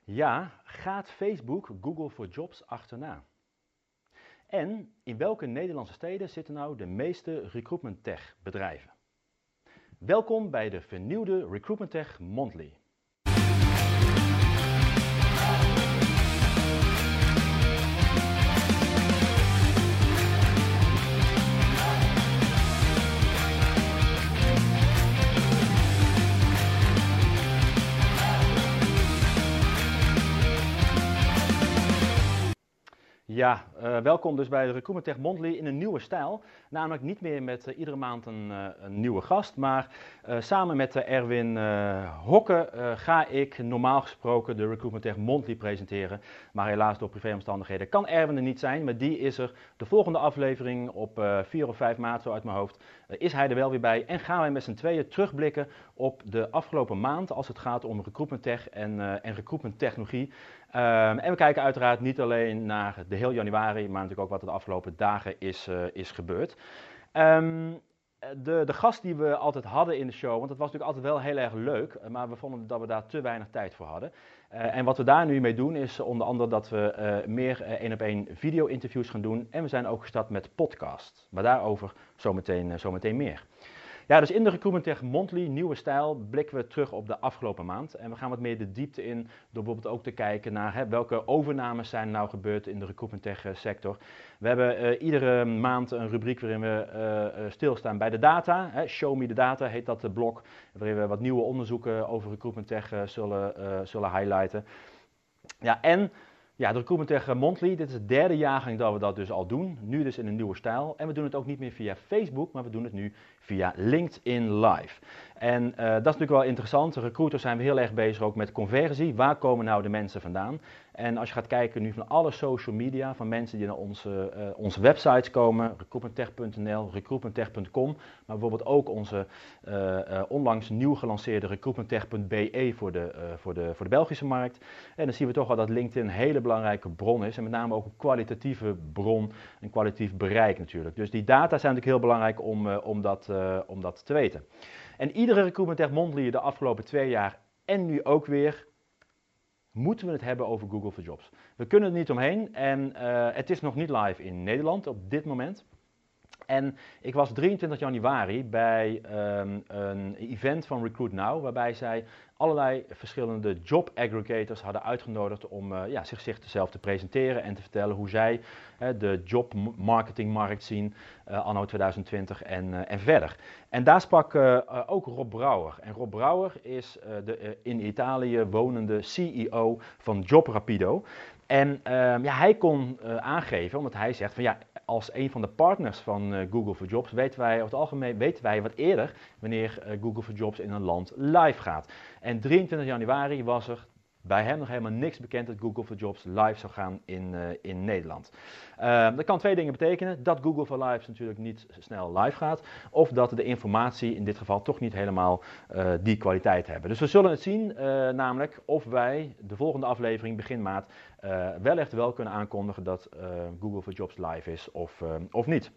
Ja, gaat Facebook Google voor Jobs achterna? En in welke Nederlandse steden zitten nou de meeste recruitment tech bedrijven? Welkom bij de vernieuwde Recruitment Tech Monthly. Ja, welkom dus bij de Recruitment Tech Monthly in een nieuwe stijl. Namelijk niet meer met iedere maand een nieuwe gast, maar samen met Erwin Hokke ga ik normaal gesproken de Recruitment Tech Monthly presenteren. Maar helaas door privéomstandigheden kan Erwin er niet zijn, maar die is er de volgende aflevering op 4 of 5 maart, zo uit mijn hoofd, is hij er wel weer bij. En gaan wij met z'n tweeën terugblikken op de afgelopen maand als het gaat om recruitment tech en recruitment technologie. En we kijken uiteraard niet alleen naar de heel januari, maar natuurlijk ook wat er de afgelopen dagen is gebeurd. De gast die we altijd hadden in de show, want het was natuurlijk altijd wel heel erg leuk, maar we vonden dat we daar te weinig tijd voor hadden. En wat we daar nu mee doen is onder andere dat we meer 1-op-1 video-interviews gaan doen. En we zijn ook gestart met podcast, maar daarover zometeen meer. Ja, dus in de Recruitment Tech Monthly, nieuwe stijl, blikken we terug op de afgelopen maand. En we gaan wat meer de diepte in door bijvoorbeeld ook te kijken naar welke overnames zijn nou gebeurd in de Recruitment Tech sector. We hebben iedere maand een rubriek waarin we stilstaan bij de data. Show me the data heet dat blok, waarin we wat nieuwe onderzoeken over Recruitment Tech zullen highlighten. Ja, en ja, de Recruitment Tech Monthly, dit is de derde jaargang dat we dat dus al doen. Nu dus in een nieuwe stijl. En we doen het ook niet meer via Facebook, maar we doen het nu via LinkedIn Live. En dat is natuurlijk wel interessant. Recruiters zijn we heel erg bezig ook met conversie. Waar komen nou de mensen vandaan? En als je gaat kijken nu van alle social media, van mensen die naar onze websites komen, recruitmenttech.nl, recruitmenttech.com, maar bijvoorbeeld ook onze onlangs nieuw gelanceerde recruitmenttech.be voor de Belgische markt. En dan zien we toch wel dat LinkedIn een hele belangrijke bron is en met name ook een kwalitatieve bron, een kwalitatief bereik natuurlijk. Dus die data zijn natuurlijk heel belangrijk om dat te weten. En iedere Recruitment Tech Monthly de afgelopen 2 jaar en nu ook weer moeten we het hebben over Google for Jobs. We kunnen er niet omheen en het is nog niet live in Nederland op dit moment. En ik was 23 januari bij een event van Recruit Now, waarbij zij allerlei verschillende job aggregators hadden uitgenodigd om zichzelf te presenteren en te vertellen hoe zij de jobmarketingmarkt zien anno 2020 en verder. En daar sprak ook Rob Brouwer. En Rob Brouwer is de in Italië wonende CEO van JobRapido. En hij kon aangeven, omdat hij zegt van ja, als een van de partners van Google for Jobs weten wij over het algemeen wat eerder wanneer Google for Jobs in een land live gaat. En 23 januari was er bij hem nog helemaal niks bekend dat Google for Jobs live zou gaan in Nederland. Dat kan 2 dingen betekenen. Dat Google for Live natuurlijk niet snel live gaat. Of dat de informatie in dit geval toch niet helemaal die kwaliteit hebben. Dus we zullen het zien, namelijk of wij de volgende aflevering begin maart wel kunnen aankondigen dat Google for Jobs live is of niet.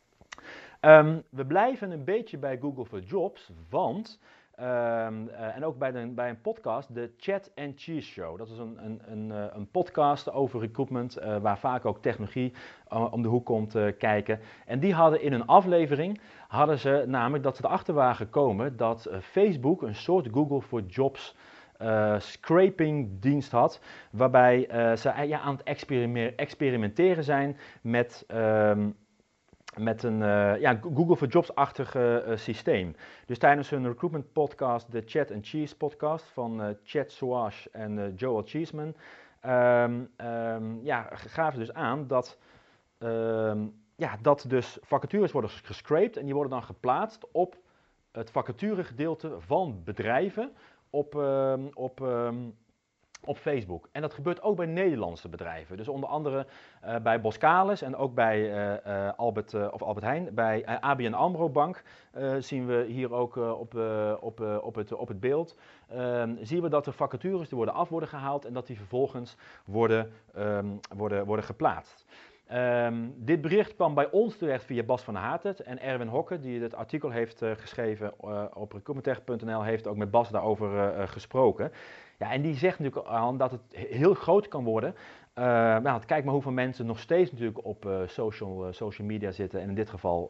We blijven een beetje bij Google for Jobs, want en ook bij een podcast, de Chat and Cheese Show. Dat is een podcast over recruitment, waar vaak ook technologie om de hoek komt kijken. En die hadden in een aflevering, namelijk dat ze erachter waren gekomen dat Facebook een soort Google for Jobs scraping dienst had, waarbij ze aan het experimenteren zijn met een Google for Jobs-achtig systeem. Dus tijdens hun recruitment podcast, de Chat and Cheese podcast van Chad Soash en Joel Cheeseman, gaven ze dus aan dat dus vacatures worden gescraped en die worden dan geplaatst op het vacaturegedeelte van bedrijven op Facebook. En dat gebeurt ook bij Nederlandse bedrijven. Dus onder andere bij Boskalis en ook bij Albert Heijn. Bij ABN AMRO Bank zien we hier ook op het beeld. Zien we dat er vacatures die worden gehaald en dat die vervolgens worden geplaatst. Dit bericht kwam bij ons terecht via Bas van Haatet en Erwin Hokke, die het artikel heeft geschreven op recruitmenttech.nl, heeft ook met Bas daarover gesproken. Ja, en die zegt natuurlijk aan dat het heel groot kan worden. Kijk maar hoeveel mensen nog steeds natuurlijk op social media zitten en in dit geval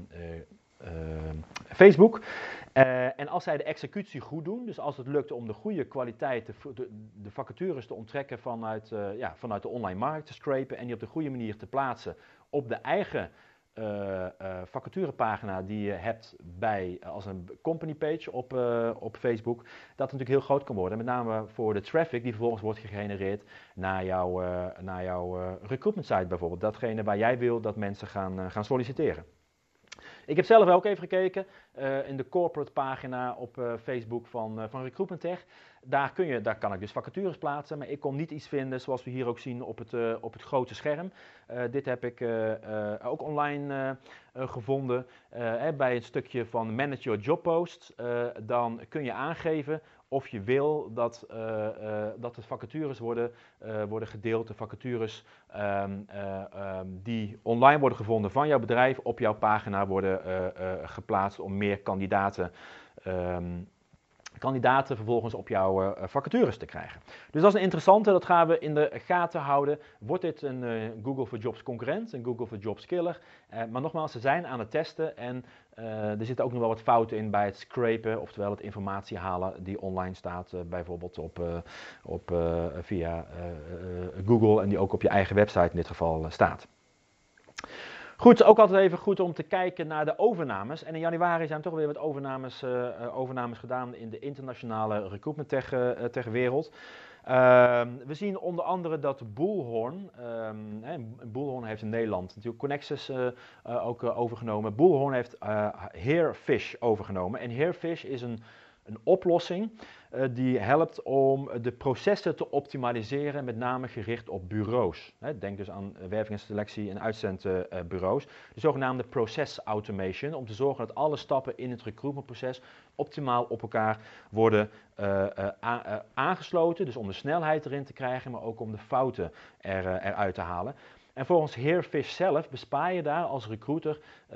Facebook. En als zij de executie goed doen, dus als het lukt om de goede kwaliteit, de vacatures te onttrekken vanuit de online markt te scrapen en die op de goede manier te plaatsen op de eigen vacaturepagina die je hebt als een company page op Facebook, dat het natuurlijk heel groot kan worden. Met name voor de traffic die vervolgens wordt gegenereerd naar jouw recruitment site bijvoorbeeld. Datgene waar jij wil dat mensen gaan solliciteren. Ik heb zelf ook even gekeken in de corporate pagina op Facebook van RecruitmentTech. Daar kan ik dus vacatures plaatsen, maar ik kon niet iets vinden zoals we hier ook zien op het grote scherm. Dit heb ik ook online gevonden. Bij het stukje van Manage Your Job Posts. Dan kun je aangeven of je wil dat de vacatures worden gedeeld, de vacatures die online worden gevonden van jouw bedrijf op jouw pagina worden geplaatst om meer kandidaten vervolgens op jouw vacatures te krijgen. Dus dat is een interessante, dat gaan we in de gaten houden. Wordt dit een Google for Jobs concurrent, een Google for Jobs killer? Maar nogmaals, ze zijn aan het testen en er zitten ook nog wel wat fouten in bij het scrapen, oftewel het informatie halen die online staat, bijvoorbeeld via Google en die ook op je eigen website in dit geval staat. Goed, ook altijd even goed om te kijken naar de overnames. En in januari zijn toch weer wat overnames gedaan in de internationale recruitment wereld. We zien onder andere dat Bullhorn, Bullhorn heeft in Nederland natuurlijk Connexus ook overgenomen. Bullhorn heeft Hairfish overgenomen. En Hairfish is een oplossing die helpt om de processen te optimaliseren, met name gericht op bureaus. Denk dus aan werving en selectie en uitzendbureaus. De zogenaamde process automation, om te zorgen dat alle stappen in het recruitmentproces optimaal op elkaar worden aangesloten. Dus om de snelheid erin te krijgen, maar ook om de fouten eruit te halen. En volgens Hairfish zelf bespaar je daar als recruiter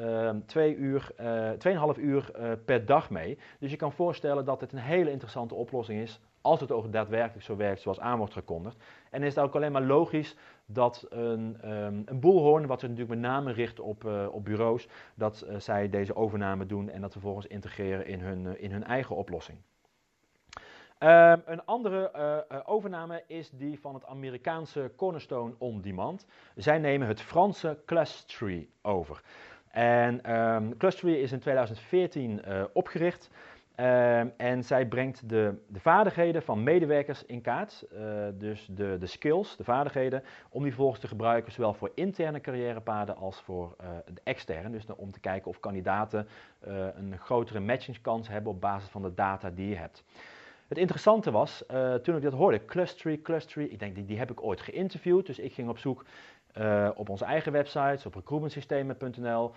2,5 uur per dag mee. Dus je kan voorstellen dat het een hele interessante oplossing is als het ook daadwerkelijk zo werkt zoals aan wordt gekondigd. En is het ook alleen maar logisch dat een Bullhorn, wat zich natuurlijk met name richt op bureaus, dat zij deze overname doen en dat vervolgens integreren in hun eigen oplossing. Een andere overname is die van het Amerikaanse Cornerstone On Demand. Zij nemen het Franse Clustry over. En Clustry is in 2014 opgericht. En zij brengt de vaardigheden van medewerkers in kaart. Dus de skills, de vaardigheden, om die vervolgens te gebruiken, zowel voor interne carrièrepaden als voor de externe. Dus om te kijken of kandidaten een grotere matchingskans hebben op basis van de data die je hebt. Het interessante was, toen ik dat hoorde, Clustry, ik denk die heb ik ooit geïnterviewd, dus ik ging op zoek op onze eigen websites, op recruitmentsystemen.nl,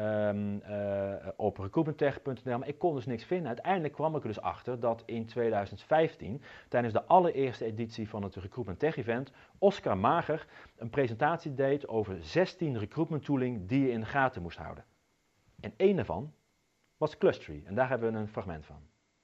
op recruitmenttech.nl, maar ik kon dus niks vinden. Uiteindelijk kwam ik er dus achter dat in 2015, tijdens de allereerste editie van het Recruitment Tech Event, Oscar Mager een presentatie deed over 16 recruitment tooling die je in de gaten moest houden. En één daarvan was Clustry, en daar hebben we een fragment van.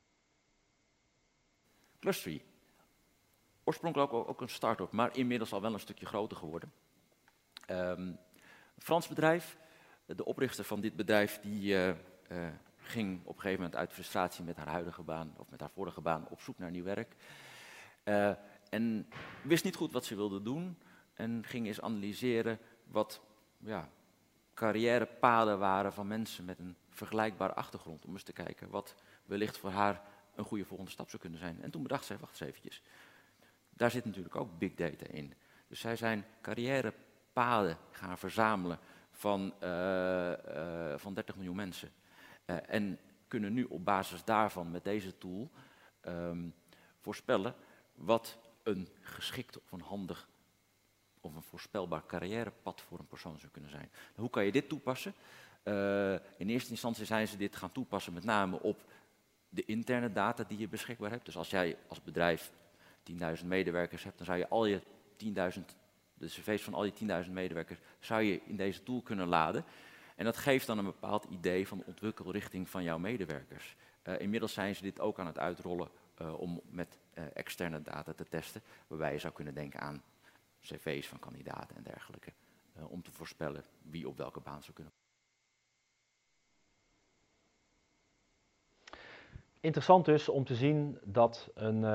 Clustry, oorspronkelijk ook een start-up, maar inmiddels al wel een stukje groter geworden. Een Frans bedrijf. De oprichter van dit bedrijf die ging op een gegeven moment uit frustratie met haar huidige baan of met haar vorige baan op zoek naar nieuw werk. En wist niet goed wat ze wilde doen en ging eens analyseren wat carrièrepaden waren van mensen met een vergelijkbare achtergrond. Om eens te kijken wat wellicht voor haar een goede volgende stap zou kunnen zijn. En toen bedacht zij, wacht eens eventjes, daar zit natuurlijk ook big data in. Dus zij zijn carrièrepaden gaan verzamelen van 30 miljoen mensen. En kunnen nu op basis daarvan met deze tool voorspellen wat een geschikt of een handig of een voorspelbaar carrièrepad voor een persoon zou kunnen zijn. Hoe kan je dit toepassen? In eerste instantie zijn ze dit gaan toepassen met name op de interne data die je beschikbaar hebt. Dus als jij als bedrijf 10.000 medewerkers hebt, dan zou je al je 10.000 de cv's van al die 10.000 medewerkers zou je in deze tool kunnen laden. En dat geeft dan een bepaald idee van de ontwikkelrichting van jouw medewerkers. Inmiddels zijn ze dit ook aan het uitrollen om met externe data te testen, waarbij je zou kunnen denken aan cv's van kandidaten en dergelijke, om te voorspellen wie op welke baan zou kunnen. Interessant dus om te zien dat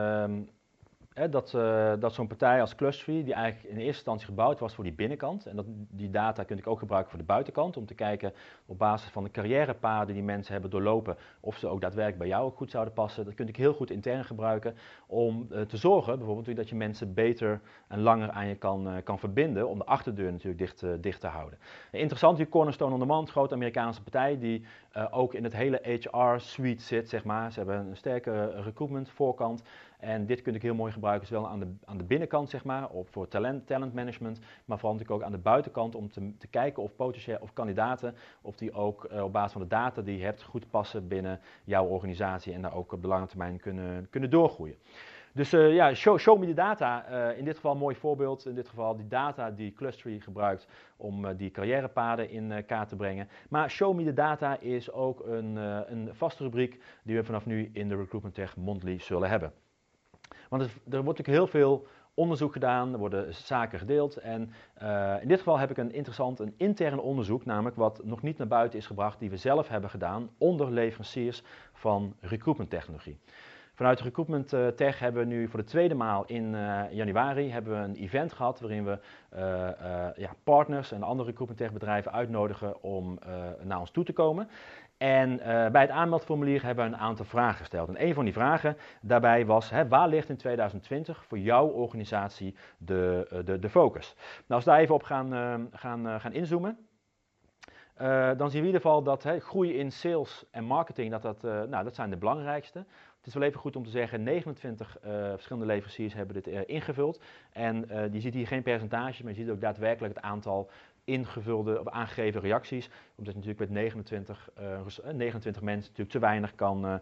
dat zo'n partij als Clustery, die eigenlijk in eerste instantie gebouwd was voor die binnenkant, en die data kun ik ook gebruiken voor de buitenkant, om te kijken op basis van de carrièrepaden die mensen hebben doorlopen, of ze ook daadwerkelijk bij jou ook goed zouden passen. Dat kun ik heel goed intern gebruiken om te zorgen, bijvoorbeeld, dat je mensen beter en langer aan je kan verbinden, om de achterdeur natuurlijk dicht te houden. Interessant, die Cornerstone on Demand, grote Amerikaanse partij, die ook in het hele HR-suite zit, zeg maar. Ze hebben een sterke recruitment voorkant. En dit kun ik heel mooi gebruiken, zowel aan de binnenkant, zeg maar, voor talent management, maar vooral natuurlijk ook aan de buitenkant om te kijken of of kandidaten, of die ook op basis van de data die je hebt, goed passen binnen jouw organisatie en daar ook op de lange termijn kunnen doorgroeien. Dus show me the data, in dit geval een mooi voorbeeld, in dit geval die data die Clustery gebruikt om die carrièrepaden in kaart te brengen. Maar show me the data is ook een vaste rubriek die we vanaf nu in de Recruitment Tech Monthly zullen hebben. Want er wordt natuurlijk heel veel onderzoek gedaan, er worden zaken gedeeld en in dit geval heb ik een intern onderzoek, namelijk wat nog niet naar buiten is gebracht, die we zelf hebben gedaan onder leveranciers van recruitment technologie. Vanuit Recruitment Tech hebben we nu voor de tweede maal in januari hebben we een event gehad waarin we partners en andere Recruitment Tech bedrijven uitnodigen om naar ons toe te komen. En bij het aanmeldformulier hebben we een aantal vragen gesteld. En een van die vragen daarbij was, waar ligt in 2020 voor jouw organisatie de focus? Nou, als we daar even op gaan inzoomen, dan zien we in ieder geval dat groei in sales en marketing, dat zijn de belangrijkste. Het is wel even goed om te zeggen, 29 verschillende leveranciers hebben dit ingevuld. En je ziet hier geen percentage, maar je ziet ook daadwerkelijk het aantal ingevulde of aangegeven reacties. Omdat je natuurlijk met 29 mensen natuurlijk te weinig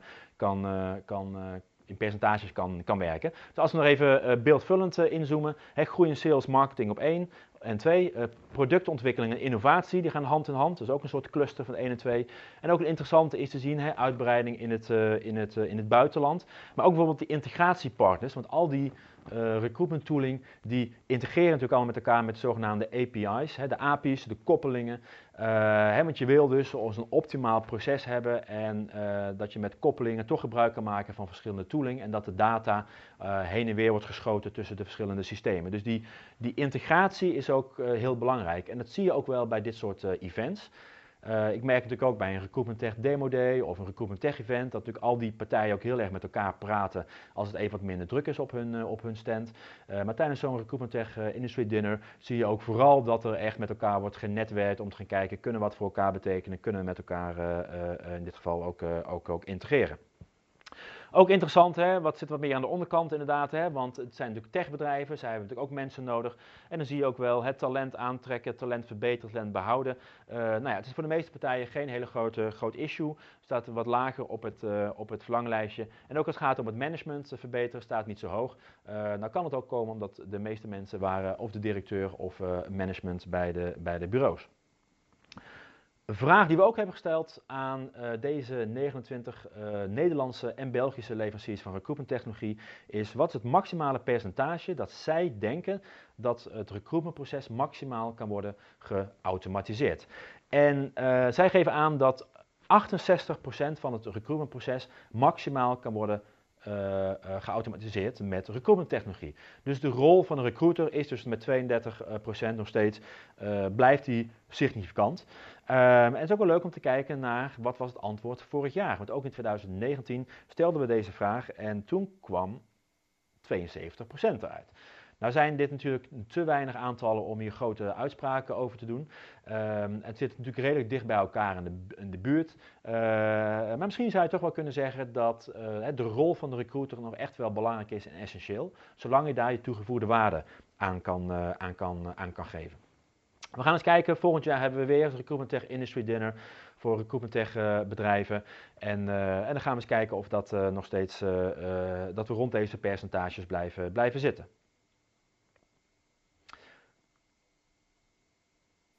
in percentages kan werken. Dus als we nog even beeldvullend inzoomen, groei in sales, marketing op 1. En 2, productontwikkeling en innovatie, die gaan hand in hand. Dus ook een soort cluster van 1 en 2. En ook het interessante is te zien, uitbreiding in het buitenland. Maar ook bijvoorbeeld die integratiepartners, want al die recruitment tooling, die integreren natuurlijk allemaal met elkaar met de zogenaamde API's. De API's, de koppelingen. Want je wil dus een optimaal proces hebben en dat je met koppelingen toch gebruik kan maken van verschillende tooling en dat de data heen en weer wordt geschoten tussen de verschillende systemen. Dus die integratie is ook heel belangrijk en dat zie je ook wel bij dit soort events. Ik merk natuurlijk ook bij een Recruitment Tech Demo Day of een Recruitment Tech Event dat natuurlijk al die partijen ook heel erg met elkaar praten als het even wat minder druk is op hun stand. Maar tijdens zo'n Recruitment Tech Industry Dinner zie je ook vooral dat er echt met elkaar wordt genetwerkt om te gaan kijken, kunnen we wat voor elkaar betekenen, kunnen we met elkaar in dit geval ook integreren. Ook interessant, wat zit wat meer aan de onderkant inderdaad, want het zijn natuurlijk techbedrijven, zij hebben natuurlijk ook mensen nodig. En dan zie je ook wel het talent aantrekken, talent verbeteren, talent behouden. Het is voor de meeste partijen geen hele groot issue, staat wat lager op het verlanglijstje. En ook als het gaat om het management verbeteren, staat niet zo hoog. Nou kan het ook komen omdat de meeste mensen waren of de directeur of management bij de bureaus. Een vraag die we ook hebben gesteld aan deze 29 Nederlandse en Belgische leveranciers van recruitment technologie is: wat is het maximale percentage dat zij denken dat het recruitmentproces maximaal kan worden geautomatiseerd? En zij geven aan dat 68% van het recruitmentproces maximaal kan worden geautomatiseerd met recruitment technologie. Dus de rol van een recruiter is dus met 32% nog steeds, blijft die significant. En het is ook wel leuk om te kijken naar wat was het antwoord vorig jaar. Want ook in 2019 stelden we deze vraag en toen kwam 72% eruit. Nou zijn dit natuurlijk te weinig aantallen om hier grote uitspraken over te doen. Het zit natuurlijk redelijk dicht bij elkaar in de buurt. Maar misschien zou je toch wel kunnen zeggen dat de rol van de recruiter nog echt wel belangrijk is en essentieel. Zolang je daar je toegevoegde waarde aan kan geven. We gaan eens kijken, volgend jaar hebben we weer het Recruitment Tech Industry Dinner voor Recruitment Tech bedrijven. En dan gaan we eens kijken of dat nog steeds, dat we rond deze percentages blijven zitten.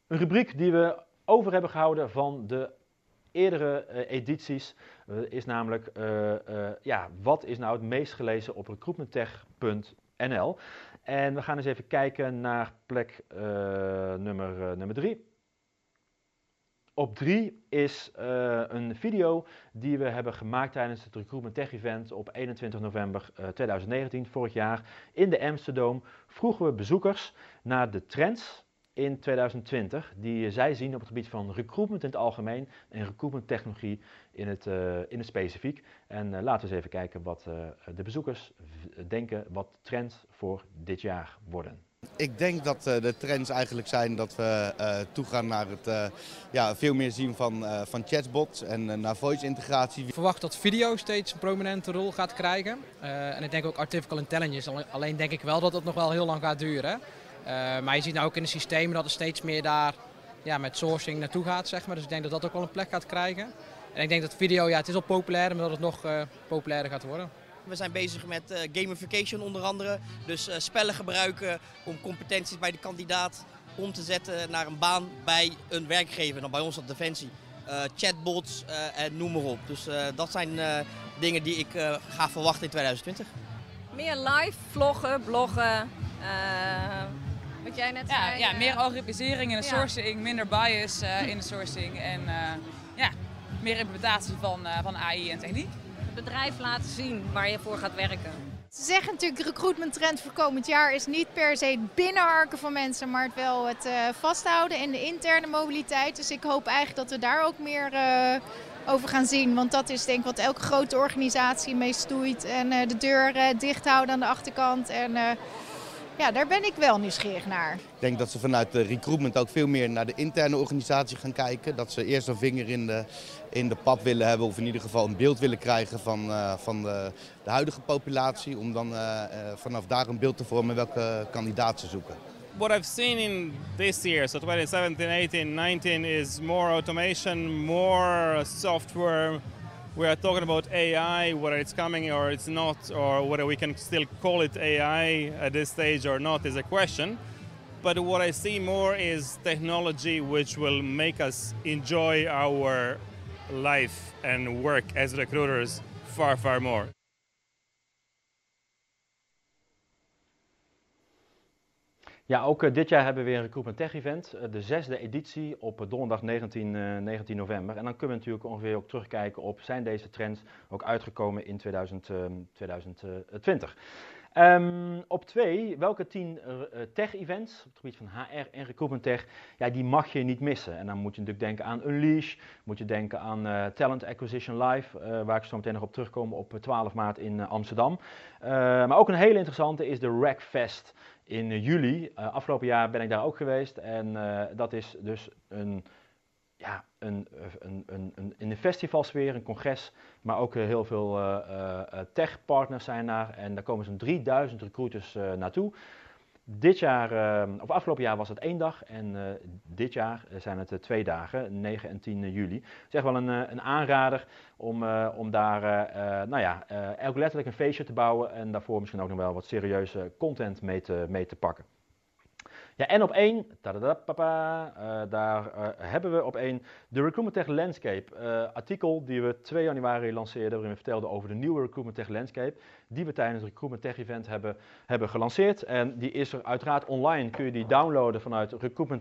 Een rubriek die we over hebben gehouden van de eerdere edities is namelijk, wat is nou het meest gelezen op recruitmenttech.nl. En we gaan eens even kijken naar plek nummer 3. Op 3 is een video die we hebben gemaakt tijdens het Recruitment Tech Event op 21 november 2019, vorig jaar, in de Amsterdam. Vroegen we bezoekers naar de trends in 2020 die zij zien op het gebied van recruitment in het algemeen en recruitment technologie in het specifiek. En laten we eens even kijken wat de bezoekers denken wat trends voor dit jaar worden. Ik denk dat de trends eigenlijk zijn dat we toegaan naar het veel meer zien van chatbots en naar voice integratie. Ik verwacht dat video steeds een prominente rol gaat krijgen. En ik denk ook artificial intelligence, alleen denk ik wel dat het nog wel heel lang gaat duren. Maar je ziet nou ook in de systemen dat er steeds meer daar met sourcing naartoe gaat, zeg maar. Dus ik denk dat dat ook wel een plek gaat krijgen. En ik denk dat video, het is al populair, maar dat het nog populairder gaat worden. We zijn bezig met gamification onder andere. Dus spellen gebruiken om competenties bij de kandidaat om te zetten naar een baan bij een werkgever. Dan bij ons op Defensie. Chatbots en noem maar op. Dus dat zijn dingen die ik ga verwachten in 2020. Meer live, vloggen, bloggen. Wat jij net zei. Ja, meer algoritmisering in de sourcing, minder bias in de sourcing en meer implementatie van AI en techniek. Het bedrijf laten zien waar je voor gaat werken. Ze zeggen natuurlijk, de recruitment trend voor komend jaar is niet per se het binnenharken van mensen, maar wel het vasthouden en de interne mobiliteit. Dus ik hoop eigenlijk dat we daar ook meer over gaan zien. Want dat is denk ik wat elke grote organisatie mee stoeit. En de deur dicht houden aan de achterkant. En daar ben ik wel nieuwsgierig naar. Ik denk dat ze vanuit de recruitment ook veel meer naar de interne organisatie gaan kijken. Dat ze eerst een vinger in de pap willen hebben of in ieder geval een beeld willen krijgen van de huidige populatie. Om dan vanaf daar een beeld te vormen welke kandidaat ze zoeken. What I've seen in this year, so 2017, 18, 19, is more automation, more software. We are talking about AI, whether it's coming or it's not, or whether we can still call it AI at this stage or not is a question. But what I see more is technology which will make us enjoy our life and work as recruiters far, far more. Ja, ook dit jaar hebben we weer een Recruitment Tech Event, de 6e editie op donderdag 19 november. En dan kunnen we natuurlijk ongeveer ook terugkijken op, zijn deze trends ook uitgekomen in 2020. Op 2, welke 10 tech-events op het gebied van HR en recruitment tech, die mag je niet missen. En dan moet je natuurlijk denken aan Unleash, moet je denken aan Talent Acquisition Live, waar ik zo meteen nog op terugkom op 12 maart in Amsterdam. Maar ook een hele interessante is de RACfest in juli. Afgelopen jaar ben ik daar ook geweest en dat is dus in de festivalsfeer, een congres, maar ook heel veel tech-partners zijn daar en daar komen zo'n 3000 recruiters naartoe. Afgelopen jaar was het 1 dag en dit jaar zijn het 2 dagen, 9 en 10 juli. Het is echt wel een aanrader om daar ook letterlijk een feestje te bouwen en daarvoor misschien ook nog wel wat serieuze content mee te pakken. Ja, en op 1, daar hebben we op 1 de Recruitment Tech Landscape artikel die we 2 januari lanceerden, waarin we vertelden over de nieuwe Recruitment Tech Landscape, die we tijdens het Recruitment Tech Event hebben gelanceerd. En die is er uiteraard online, kun je die downloaden vanuit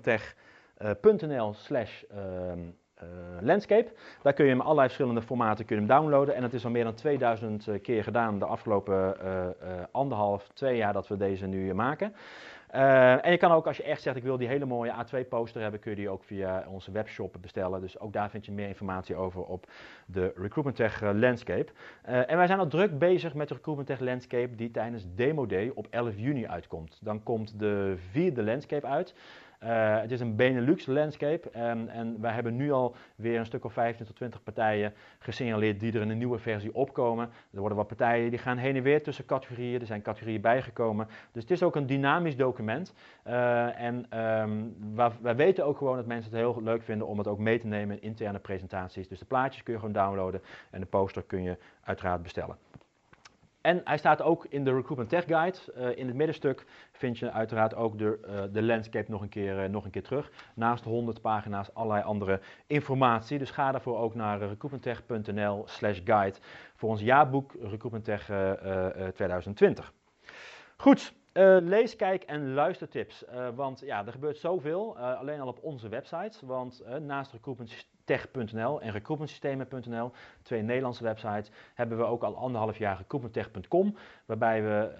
recruitmenttech.nl/landscape. Daar kun je hem in allerlei verschillende formaten downloaden. En het is al meer dan 2000 keer gedaan de afgelopen 2 jaar dat we deze nu maken. En je kan ook, als je echt zegt ik wil die hele mooie A2 poster hebben, kun je die ook via onze webshop bestellen. Dus ook daar vind je meer informatie over op de Recruitment Tech Landscape. En wij zijn al druk bezig met de Recruitment Tech Landscape die tijdens Demo Day op 11 juni uitkomt. Dan komt de 4e Landscape uit. Het is een Benelux landscape en wij hebben nu al weer een stuk of 15 tot 20 partijen gesignaleerd die er in een nieuwe versie opkomen. Er worden wat partijen die gaan heen en weer tussen categorieën, er zijn categorieën bijgekomen. Dus het is ook een dynamisch document wij weten ook gewoon dat mensen het heel leuk vinden om het ook mee te nemen in interne presentaties. Dus de plaatjes kun je gewoon downloaden en de poster kun je uiteraard bestellen. En hij staat ook in de Recruitment Tech Guide. In het middenstuk vind je uiteraard ook de landscape nog een keer terug. Naast 100 pagina's allerlei andere informatie. Dus ga daarvoor ook naar recruitmenttech.nl/guide voor ons jaarboek Recruitment Tech 2020. Goed. Lees, kijk en luistertips, want ja, er gebeurt zoveel, alleen al op onze websites, want naast recruitmenttech.nl en recruitmentsystemen.nl, 2 Nederlandse websites, hebben we ook al 1,5 jaar recruitmenttech.com, waarbij we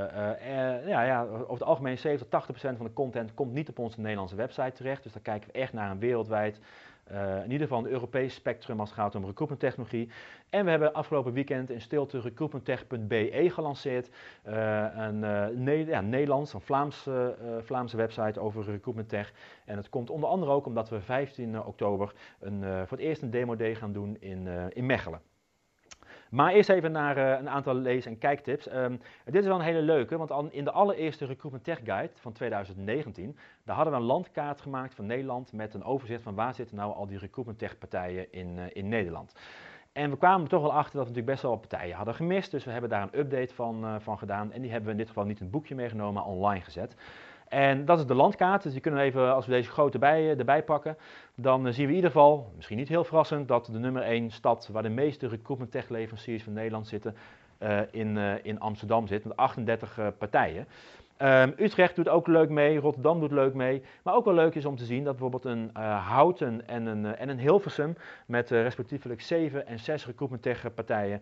over het algemeen 70-80% van de content komt niet op onze Nederlandse website terecht, dus daar kijken we echt naar een wereldwijd, in ieder geval een Europees spectrum als het gaat om recruitment technologie. En we hebben afgelopen weekend in stilte recruitmenttech.be gelanceerd. Een Nederlands, een Vlaamse website over recruitment tech. En het komt onder andere ook omdat we 15 oktober voor het eerst een demo day gaan doen in Mechelen. Maar eerst even naar een aantal lees- en kijktips. Dit is wel een hele leuke, want in de allereerste Recruitment Tech Guide van 2019, daar hadden we een landkaart gemaakt van Nederland met een overzicht van waar zitten nou al die Recruitment Tech partijen in Nederland. En we kwamen er toch wel achter dat we natuurlijk best wel wat partijen hadden gemist, dus we hebben daar een update van gedaan en die hebben we in dit geval niet in het boekje meegenomen, maar online gezet. En dat is de landkaart, dus die kunnen we even, als we deze grote erbij pakken, dan zien we in ieder geval, misschien niet heel verrassend, dat de nummer 1 stad waar de meeste recruitment tech leveranciers van Nederland zitten, in Amsterdam zit, met 38 partijen. Utrecht doet ook leuk mee, Rotterdam doet leuk mee, maar ook wel leuk is om te zien dat bijvoorbeeld een Houten en een Hilversum met respectievelijk 7 en 6 recruitment tech partijen,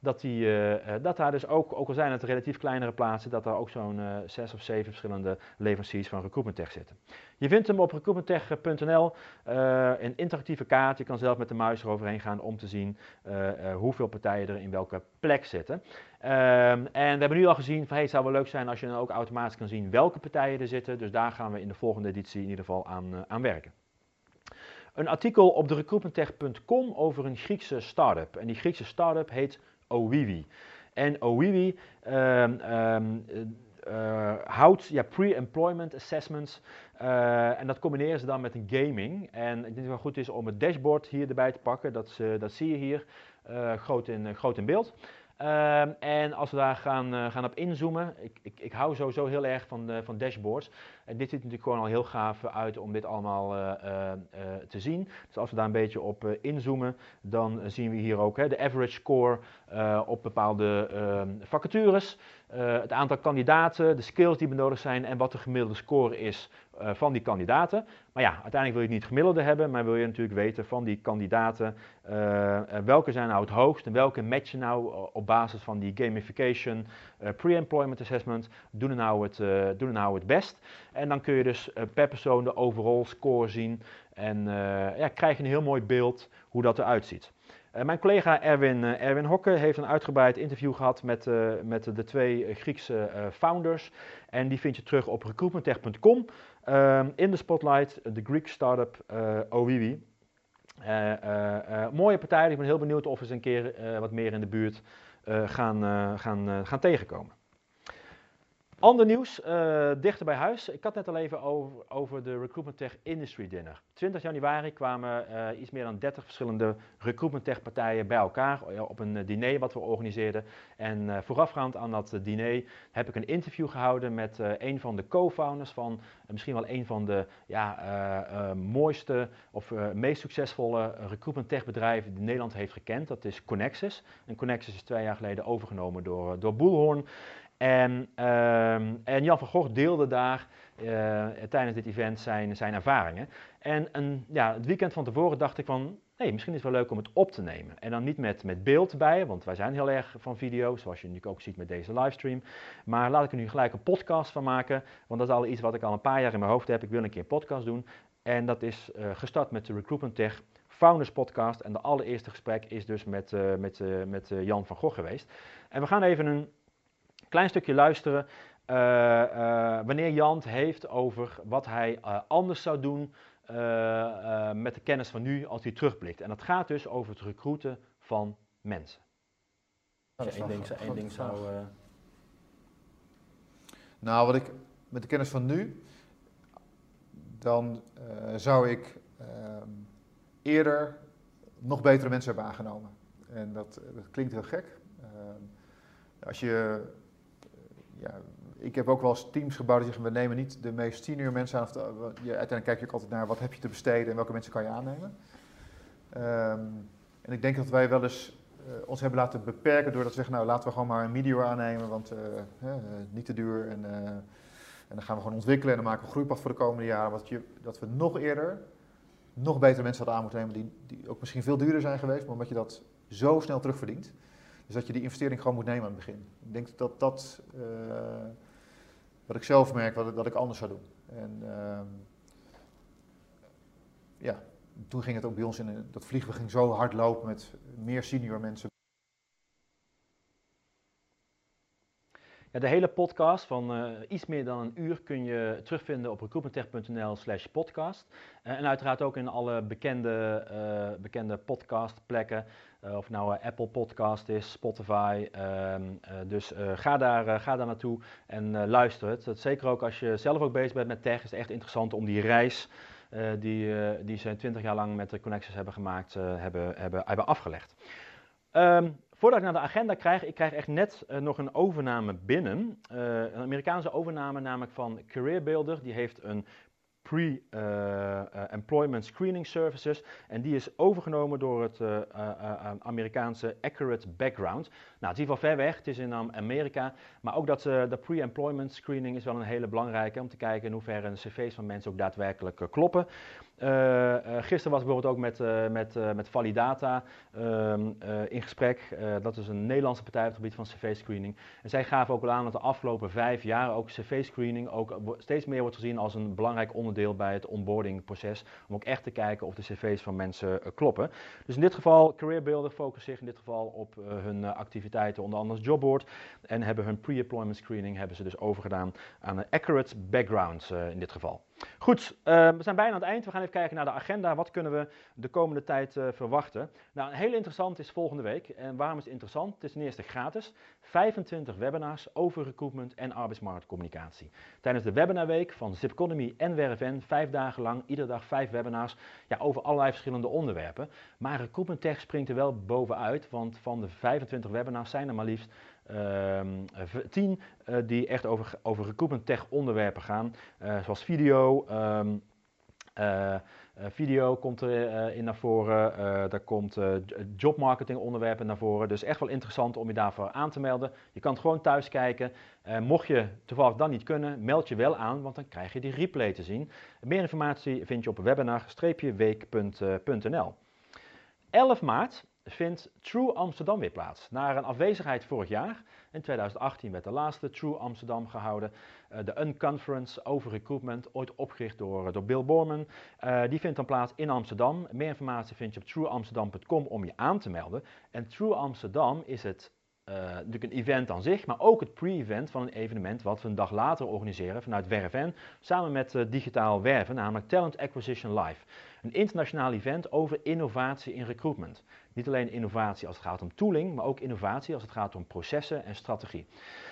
dat daar dus ook al zijn het relatief kleinere plaatsen, dat daar ook zo'n 6 of 7 verschillende leveranciers van recruitment tech zitten. Je vindt hem op recruitmenttech.nl, een interactieve kaart, je kan zelf met de muis eroverheen gaan om te zien hoeveel partijen er in welke plek zitten. En we hebben nu al gezien van het zou wel leuk zijn als je dan ook automatisch kan zien welke partijen er zitten, dus daar gaan we in de volgende editie in ieder geval aan werken. Een artikel op de recruitmenttech.com over een Griekse start-up en die Griekse start-up heet Owiwi. En Owiwi houdt pre-employment assessments en dat combineren ze dan met een gaming. En ik denk dat het wel goed is om het dashboard hier erbij te pakken, dat zie je hier groot in beeld. En als we daar gaan op inzoomen, ik hou sowieso heel erg van dashboards. En dit ziet er natuurlijk gewoon al heel gaaf uit om dit allemaal te zien. Dus als we daar een beetje op inzoomen, dan zien we hier ook de average score op bepaalde vacatures. Het aantal kandidaten, de skills die benodigd zijn en wat de gemiddelde score is van die kandidaten. Maar ja, uiteindelijk wil je niet het gemiddelde hebben, maar wil je natuurlijk weten van die kandidaten welke zijn nou het hoogst en welke matchen nou op basis van die gamification pre-employment assessment doen er nou het best. En dan kun je dus per persoon de overall score zien en krijg je een heel mooi beeld hoe dat eruit ziet. Mijn collega Erwin Hokke heeft een uitgebreid interview gehad met de 2 Griekse founders. En die vind je terug op recruitmenttech.com. In de spotlight, de Greek startup Owiwi. Mooie partij, ik ben heel benieuwd of we eens een keer wat meer in de buurt gaan tegenkomen. Ander nieuws, dichter bij huis. Ik had net al even over de Recruitment Tech Industry Dinner. 20 januari kwamen iets meer dan 30 verschillende Recruitment Tech partijen bij elkaar op een diner wat we organiseerden. En voorafgaand aan dat diner heb ik een interview gehouden met een van de co-founders van misschien wel een van de mooiste of meest succesvolle Recruitment Tech bedrijven die Nederland heeft gekend. Dat is Connexus. En Connexus is 2 jaar geleden overgenomen door Bullhorn. En Jan van Gogh deelde daar tijdens dit event zijn ervaringen. En het weekend van tevoren dacht ik van, misschien is het wel leuk om het op te nemen. En dan niet met beeld bij, want wij zijn heel erg van video, zoals je nu ook ziet met deze livestream. Maar laat ik er nu gelijk een podcast van maken, want dat is al iets wat ik al een paar jaar in mijn hoofd heb. Ik wil een keer een podcast doen. En dat is gestart met de Recruitment Tech Founders Podcast. En de allereerste gesprek is dus met Jan van Gogh geweest. En we gaan even een klein stukje luisteren wanneer Jan het heeft over wat hij anders zou doen met de kennis van nu als hij terugblikt. En dat gaat dus over het recruiten van mensen. Als je één ding zou... Nou, wat ik met de kennis van nu, dan zou ik eerder nog betere mensen hebben aangenomen. En dat klinkt heel gek. als je... ik heb ook wel eens teams gebouwd die zeggen, we nemen niet de meest senior mensen aan. Uiteindelijk kijk je ook altijd naar wat heb je te besteden en welke mensen kan je aannemen. En ik denk dat wij wel eens ons hebben laten beperken door dat te zeggen, nou laten we gewoon maar een meteor aannemen, want niet te duur. En dan gaan we gewoon ontwikkelen en dan maken we een groeipad voor de komende jaren. Dat we nog eerder, nog betere mensen hadden aan moeten nemen die ook misschien veel duurder zijn geweest, maar omdat je dat zo snel terugverdient. Dus dat je die investering gewoon moet nemen aan het begin. Ik denk dat wat ik zelf merk, dat ik anders zou doen. En toen ging het ook bij ons dat vliegen ging zo hard lopen met meer senior mensen. Ja, de hele podcast van iets meer dan een uur kun je terugvinden op recruitmenttech.nl/podcast. En uiteraard ook in alle bekende podcastplekken. Of het nou Apple Podcast is, Spotify. Dus ga daar naartoe en luister het. Zeker ook als je zelf ook bezig bent met tech, is het echt interessant om die reis die ze 20 jaar lang met de Connexus hebben gemaakt, hebben afgelegd. Voordat ik naar de agenda krijg, ik krijg echt net nog een overname binnen. Een Amerikaanse overname namelijk van CareerBuilder. Die heeft een pre-employment screening services. En die is overgenomen door het Amerikaanse Accurate Background. Nou, het is in ieder geval ver weg, het is in Amerika. Maar ook de pre-employment screening is wel een hele belangrijke. Om te kijken in hoeverre de cv's van mensen ook daadwerkelijk kloppen. Gisteren was ik bijvoorbeeld ook met Validata in gesprek. Dat is een Nederlandse partij op het gebied van cv-screening. En zij gaven ook al aan dat de afgelopen 5 jaar ook cv-screening ook steeds meer wordt gezien als een belangrijk onderdeel bij het onboardingproces. Om ook echt te kijken of de cv's van mensen kloppen. Dus in dit geval, CareerBuilder focust zich in dit geval op hun activiteiten, onder andere als Jobboard. En hebben hun pre-employment screening hebben ze dus overgedaan aan Accurate Backgrounds in dit geval. Goed, we zijn bijna aan het eind. We gaan even kijken naar de agenda. Wat kunnen we de komende tijd verwachten? Nou, een heel interessant is volgende week. En waarom is het interessant? Het is ten eerste gratis. 25 webinars over recruitment en arbeidsmarktcommunicatie. Tijdens de webinarweek van Zipconomy en WRFN, 5 dagen lang, iedere dag 5 webinars, over allerlei verschillende onderwerpen. Maar Recruitment Tech springt er wel bovenuit, want van de 25 webinars zijn er maar liefst 10 die echt over Recruitment Tech onderwerpen gaan, zoals video. Video komt er in naar voren, daar komt jobmarketing onderwerpen naar voren. Dus echt wel interessant om je daarvoor aan te melden. Je kan het gewoon thuis kijken. Mocht je toevallig dan niet kunnen, meld je wel aan, want dan krijg je die replay te zien. Meer informatie vind je op webinar-week.nl. 11 maart vindt True Amsterdam weer plaats. Na een afwezigheid vorig jaar, in 2018 werd de laatste True Amsterdam gehouden. De Unconference over recruitment, ooit opgericht door Bill Boorman. Die vindt dan plaats in Amsterdam. Meer informatie vind je op trueamsterdam.com om je aan te melden. En True Amsterdam is natuurlijk een event aan zich, maar ook het pre-event van een evenement wat we een dag later organiseren vanuit WRFN, samen met Digitaal Werven, namelijk Talent Acquisition Live. Een internationaal event over innovatie in recruitment. Niet alleen innovatie als het gaat om tooling, maar ook innovatie als het gaat om processen en strategie.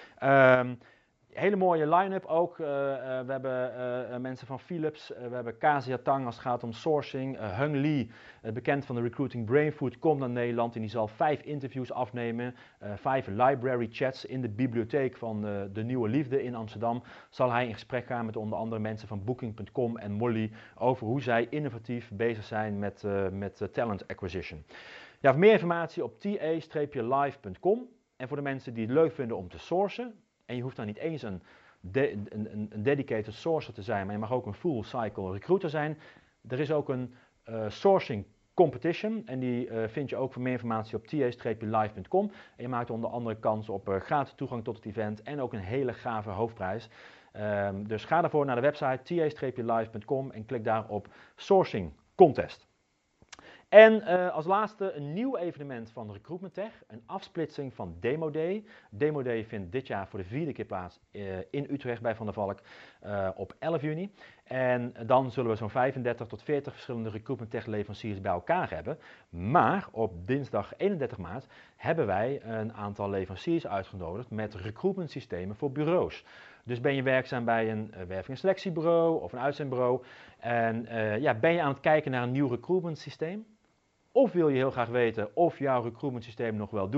Hele mooie line-up ook. We hebben mensen van Philips, we hebben Kasia Tang als het gaat om sourcing. Hung Lee, bekend van de Recruiting Brain Food, komt naar Nederland en die zal 5 interviews afnemen. 5 library chats in de bibliotheek van de Nieuwe Liefde in Amsterdam. Zal hij in gesprek gaan met onder andere mensen van Booking.com en Molly over hoe zij innovatief bezig zijn met talent acquisition. Ja, voor meer informatie op ta-live.com. En voor de mensen die het leuk vinden om te sourcen, en je hoeft dan niet eens een dedicated sourcer te zijn, maar je mag ook een full cycle recruiter zijn. Er is ook een sourcing competition en die vind je ook voor meer informatie op ta-live.com. En je maakt onder andere kans op gratis toegang tot het event en ook een hele gave hoofdprijs. Dus ga daarvoor naar de website ta-live.com en klik daar op Sourcing Contest. En als laatste een nieuw evenement van Recruitment Tech, een afsplitsing van Demo Day. Demo Day vindt dit jaar voor de 4e keer plaats in Utrecht bij Van der Valk op 11 juni. En dan zullen we zo'n 35 tot 40 verschillende Recruitment Tech leveranciers bij elkaar hebben. Maar op dinsdag 31 maart hebben wij een aantal leveranciers uitgenodigd met recruitment systemen voor bureaus. Dus ben je werkzaam bij een werving- en selectiebureau of een uitzendbureau en ben je aan het kijken naar een nieuw recruitment systeem? Of wil je heel graag weten of jouw recruitment systeem nog wel doet,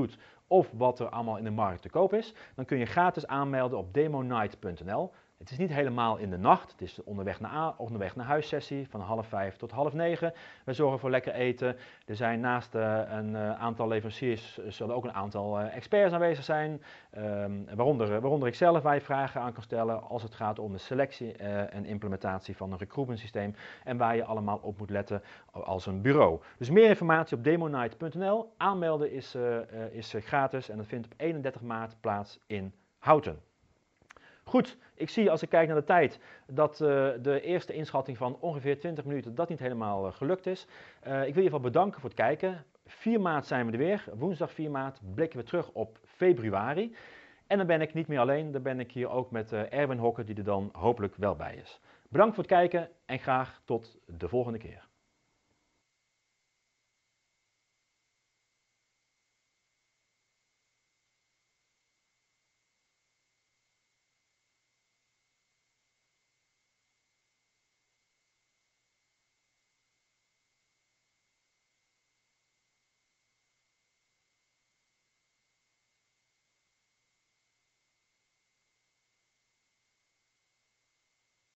of wat er allemaal in de markt te koop is, dan kun je gratis aanmelden op demonight.nl. Het is niet helemaal in de nacht, het is onderweg naar huis sessie van 4:30 tot 8:30. We zorgen voor lekker eten. Er zijn naast een aantal leveranciers zullen ook een aantal experts aanwezig zijn. Waaronder ik zelf, waar je vragen aan kan stellen als het gaat om de selectie en implementatie van een recruitment systeem. En waar je allemaal op moet letten als een bureau. Dus meer informatie op demonight.nl. Aanmelden is gratis en dat vindt op 31 maart plaats in Houten. Goed, ik zie als ik kijk naar de tijd dat de eerste inschatting van ongeveer 20 minuten dat niet helemaal gelukt is. Ik wil je in ieder geval bedanken voor het kijken. 4 maart zijn we er weer. Woensdag 4 maart blikken we terug op februari. En dan ben ik niet meer alleen, dan ben ik hier ook met Erwin Hokke die er dan hopelijk wel bij is. Bedankt voor het kijken en graag tot de volgende keer.